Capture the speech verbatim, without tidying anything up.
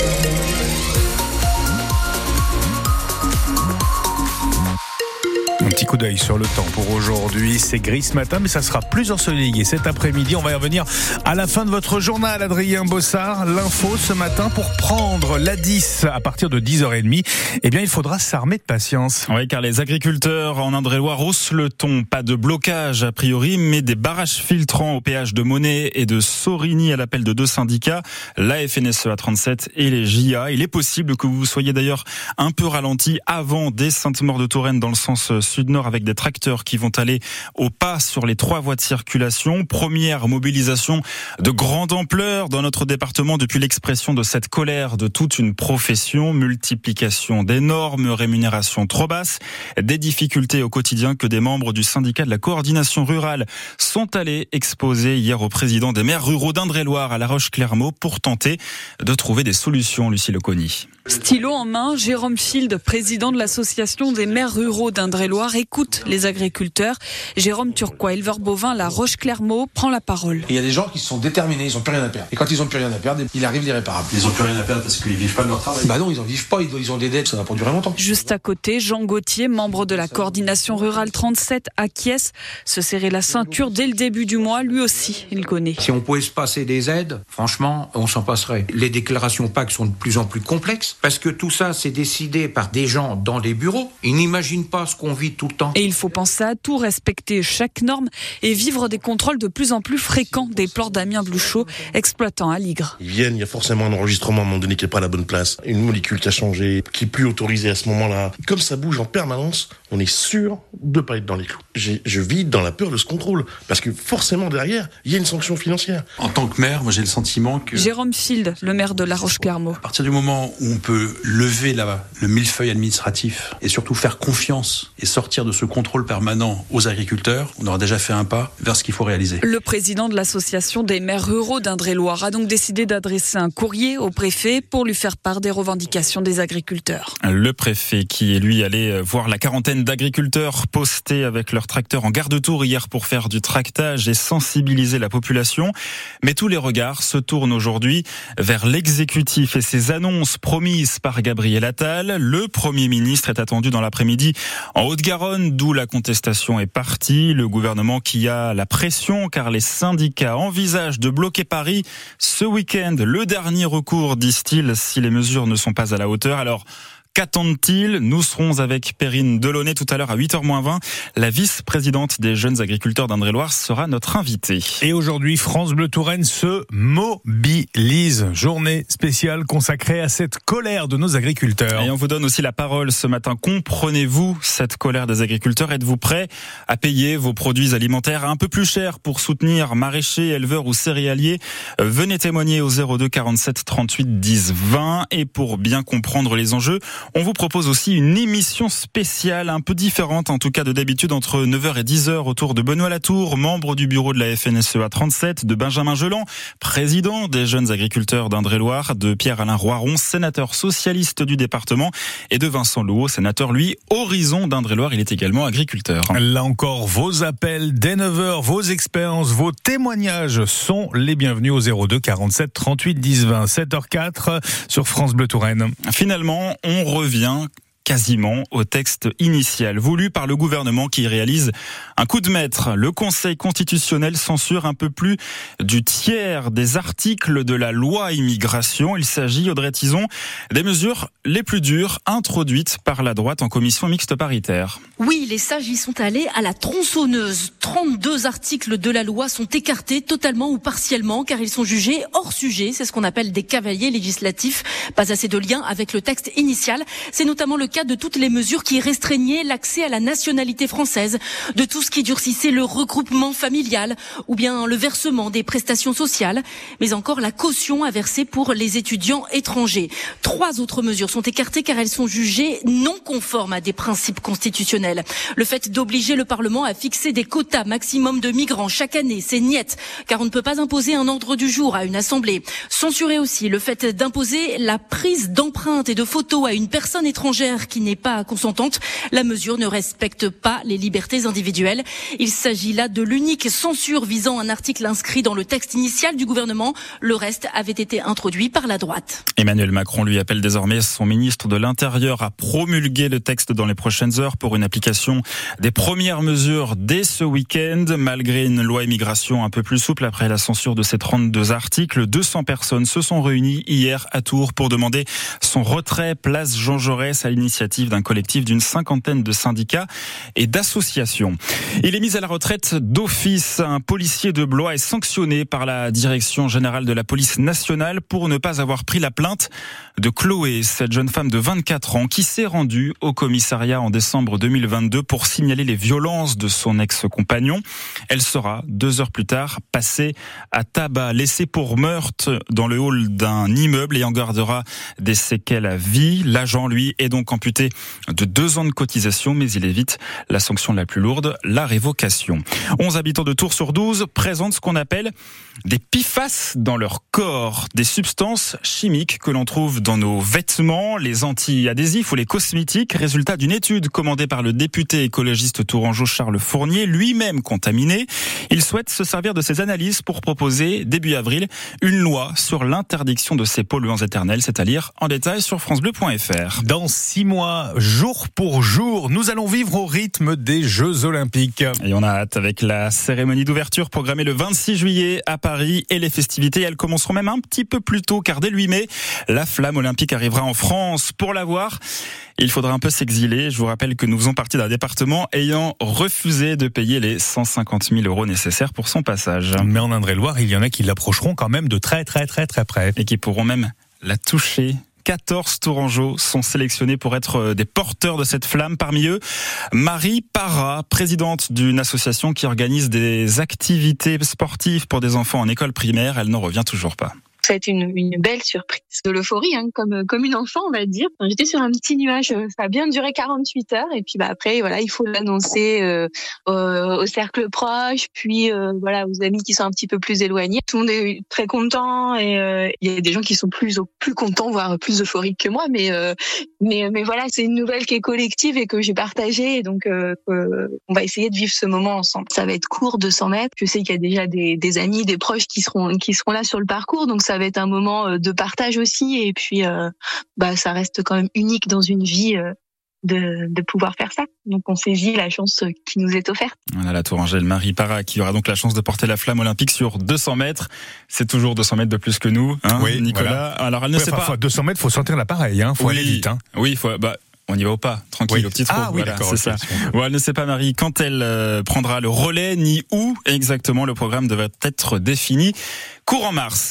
Un petit coup d'œil sur le temps pour aujourd'hui. C'est gris ce matin, mais ça sera plus ensoleillé cet après-midi. On va y revenir à la fin de votre journal, Adrien Bossard. L'info ce matin, pour prendre l'A dix à partir de dix heures trente, eh bien, il faudra s'armer de patience. Oui, car les agriculteurs en Indre-et-Loire haussent le ton. Pas de blocage a priori, mais des barrages filtrants au péage de Monet et de Sorigny à l'appel de deux syndicats, la F N S E A trente-sept et les J A. Il est possible que vous soyez d'ailleurs un peu ralenti avant dès Sainte-Maure-de-Touraine dans le sens sud-nord avec des tracteurs qui vont aller au pas sur les trois voies de circulation. Première mobilisation de grande ampleur dans notre département depuis l'expression de cette colère de toute une profession. Multiplication des normes, rémunération trop basse, des difficultés au quotidien que des membres du syndicat de la coordination rurale sont allés exposer hier au président des maires ruraux d'Indre-et-Loire à La Roche-Clermault pour tenter de trouver des solutions. Lucie Leconi. Stylo en main, Jérôme Field, président de l'association des maires ruraux d'Indre-et-Loire, écoute les agriculteurs. Jérôme Turquois, éleveur bovin La Roche-Clermault, prend la parole. Il y a des gens qui sont déterminés, ils n'ont plus rien à perdre. Et quand ils n'ont plus rien à perdre, il arrive l'irréparable. Ils n'ont plus rien à perdre parce qu'ils ne vivent pas de leur travail. Bah non, ils n'en vivent pas, ils ont des dettes, ça va pour durer longtemps. Juste à côté, Jean Gauthier, membre de la coordination rurale trente-sept, acquiesce. Se serrer la ceinture dès le début du mois, lui aussi, il connaît. Si on pouvait se passer des aides, franchement, on s'en passerait. Les déclarations P A C sont de plus en plus complexes parce que tout ça, c'est décidé par des gens dans les bureaux. Ils n'imaginent pas ce qu'on vit tout le temps. Et il faut penser à tout, respecter chaque norme et vivre des contrôles de plus en plus fréquents, déplore Damien Bluchot, exploitant à Ligre. Ils viennent, il y a forcément un enregistrement à un moment donné qui n'est pas à la bonne place, une molécule qui a changé, qui n'est plus autorisée à ce moment-là. Comme ça bouge en permanence, on est sûr de ne pas être dans les clous. J'ai, je vis dans la peur de ce contrôle, parce que forcément derrière, il y a une sanction financière. En tant que maire, moi j'ai le sentiment que... Jérôme Field, le maire de La Roche-Clermault. À partir du moment où on peut lever la, le millefeuille administratif et surtout faire confiance et sortir de ce contrôle permanent aux agriculteurs, on aura déjà fait un pas vers ce qu'il faut réaliser. Le président de l'association des maires ruraux d'Indre-et-Loire a donc décidé d'adresser un courrier au préfet pour lui faire part des revendications des agriculteurs. Le préfet qui est lui allé voir la quarantaine d'agriculteurs postés avec leurs tracteurs en gare de Tours hier pour faire du tractage et sensibiliser la population. Mais tous les regards se tournent aujourd'hui vers l'exécutif et ses annonces promises par Gabriel Attal. Le Premier ministre est attendu dans l'après-midi en Haute-Garonne, d'où la contestation est partie. Le gouvernement qui a la pression car les syndicats envisagent de bloquer Paris ce week-end. Le dernier recours, disent-ils, si les mesures ne sont pas à la hauteur. Alors, qu'attendent-ils ? Nous serons avec Perrine Delaunay tout à l'heure à huit heures moins vingt. La vice-présidente des jeunes agriculteurs d'Indre-et-Loire sera notre invitée. Et aujourd'hui, France Bleu Touraine se mobilise. Journée spéciale consacrée à cette colère de nos agriculteurs. Et on vous donne aussi la parole ce matin. Comprenez-vous cette colère des agriculteurs ? Êtes-vous prêts à payer vos produits alimentaires un peu plus cher pour soutenir maraîchers, éleveurs ou céréaliers ? Venez témoigner au zéro deux quarante-sept trente-huit dix vingt. Et pour bien comprendre les enjeux, on vous propose aussi une émission spéciale, un peu différente en tout cas de d'habitude, entre neuf heures et dix heures autour de Benoît Latour, membre du bureau de la F N S E A trente-sept, de Benjamin Geland, président des jeunes agriculteurs d'Indre-et-Loire, de Pierre-Alain Roiron, sénateur socialiste du département, et de Vincent Louot, sénateur lui, Horizon d'Indre-et-Loire, il est également agriculteur. Là encore, vos appels dès neuf heures, vos expériences, vos témoignages sont les bienvenus au zéro deux quarante-sept trente-huit dix vingt, sept heures quatre sur France Bleu Touraine. Finalement, on revient quasiment au texte initial voulu par le gouvernement qui réalise un coup de maître. Le Conseil constitutionnel censure un peu plus du tiers des articles de la loi immigration. Il s'agit, Audrey Tison, des mesures les plus dures introduites par la droite en commission mixte paritaire. Oui, les sages y sont allés à la tronçonneuse. trente-deux articles de la loi sont écartés totalement ou partiellement car ils sont jugés hors sujet. C'est ce qu'on appelle des cavaliers législatifs. Pas assez de lien avec le texte initial. C'est notamment le cas de toutes les mesures qui restreignaient l'accès à la nationalité française, de tout ce qui durcissait le regroupement familial ou bien le versement des prestations sociales, mais encore la caution à verser pour les étudiants étrangers. Trois autres mesures sont écartées car elles sont jugées non conformes à des principes constitutionnels. Le fait d'obliger le Parlement à fixer des quotas maximum de migrants chaque année, c'est niette, car on ne peut pas imposer un ordre du jour à une assemblée. Censurer aussi le fait d'imposer la prise d'empreintes et de photos à une personne étrangère mère qui n'est pas consentante. La mesure ne respecte pas les libertés individuelles. Il s'agit là de l'unique censure visant un article inscrit dans le texte initial du gouvernement. Le reste avait été introduit par la droite. Emmanuel Macron lui appelle désormais son ministre de l'Intérieur à promulguer le texte dans les prochaines heures pour une application des premières mesures dès ce week-end. Malgré une loi immigration un peu plus souple après la censure de ces trente-deux articles, deux cents personnes se sont réunies hier à Tours pour demander son retrait place Jean Jaurès à l'initiative d'un collectif d'une cinquantaine de syndicats et d'associations. Il est mis à la retraite d'office. Un policier de Blois est sanctionné par la Direction générale de la police nationale pour ne pas avoir pris la plainte de Chloé, cette jeune femme de vingt-quatre ans qui s'est rendue au commissariat en décembre deux mille vingt-deux pour signaler les violences de son ex-compagnon. Elle sera, deux heures plus tard, passée à tabac, laissée pour meurtre dans le hall d'un immeuble et en gardera des séquelles à vie. L'agent, lui, est donc amputé de deux ans de cotisation, mais il évite la sanction la plus lourde, la révocation. onze habitants de Tours sur douze présentent ce qu'on appelle des P F A S dans leur corps, des substances chimiques que l'on trouve dans nos vêtements, les anti-adhésifs ou les cosmétiques, résultat d'une étude commandée par le député écologiste tourangeau Charles Fournier, lui-même contaminé. Il souhaite se servir de ces analyses pour proposer, début avril, une loi sur l'interdiction de ces polluants éternels, c'est à dire en détail sur francebleu point f r. Dans six mois, jour pour jour, nous allons vivre au rythme des Jeux Olympiques. Et on a hâte avec la cérémonie d'ouverture programmée le vingt-six juillet à Paris et les festivités, elles commenceront même un petit peu plus tôt car dès le huit mai, la flamme olympique arrivera en France. Pour la voir, il faudra un peu s'exiler. Je vous rappelle que nous faisons partie d'un département ayant refusé de payer les cent cinquante mille euros nécessaires pour son passage. Mais en Indre-et-Loire, il y en a qui l'approcheront quand même de très très très très près. Et qui pourront même la toucher. quatorze tourangeaux sont sélectionnés pour être des porteurs de cette flamme. Parmi eux, Marie Parra, présidente d'une association qui organise des activités sportives pour des enfants en école primaire. Elle n'en revient toujours pas. Ça a été une, une belle surprise, de l'euphorie, hein, comme comme une enfant, on va dire. Enfin, j'étais sur un petit nuage, ça a bien duré quarante-huit heures, et puis bah après, voilà, il faut l'annoncer euh, au, au cercle proche, puis euh, voilà, aux amis qui sont un petit peu plus éloignés. Tout le monde est très content, et euh, il y a des gens qui sont plus plus contents, voire plus euphoriques que moi, mais euh, mais mais voilà, c'est une nouvelle qui est collective et que j'ai partagée, et donc euh, euh, on va essayer de vivre ce moment ensemble. Ça va être court, deux cents mètres. Je sais qu'il y a déjà des des amis, des proches qui seront qui seront là sur le parcours, donc ça Ça va être un moment de partage aussi, et puis euh, bah ça reste quand même unique dans une vie euh, de, de pouvoir faire ça. Donc on saisit la chance qui nous est offerte. Voilà la tourangelle Marie Parra qui aura donc la chance de porter la flamme olympique sur deux cents mètres. C'est toujours deux cents mètres de plus que nous, hein, oui, Nicolas. Voilà. Alors elle ne ouais, sait enfin, pas. deux cents mètres, faut sentir l'appareil, hein, faut oui, aller vite. Hein. Oui, faut. Bah, on y va au pas, tranquille, oui. au petit trot. Ah oui, voilà, d'accord. C'est okay, ça. Bon, elle ne sait pas, Marie, quand elle euh, prendra le relais, ni où exactement le programme devrait être défini. Courant mars.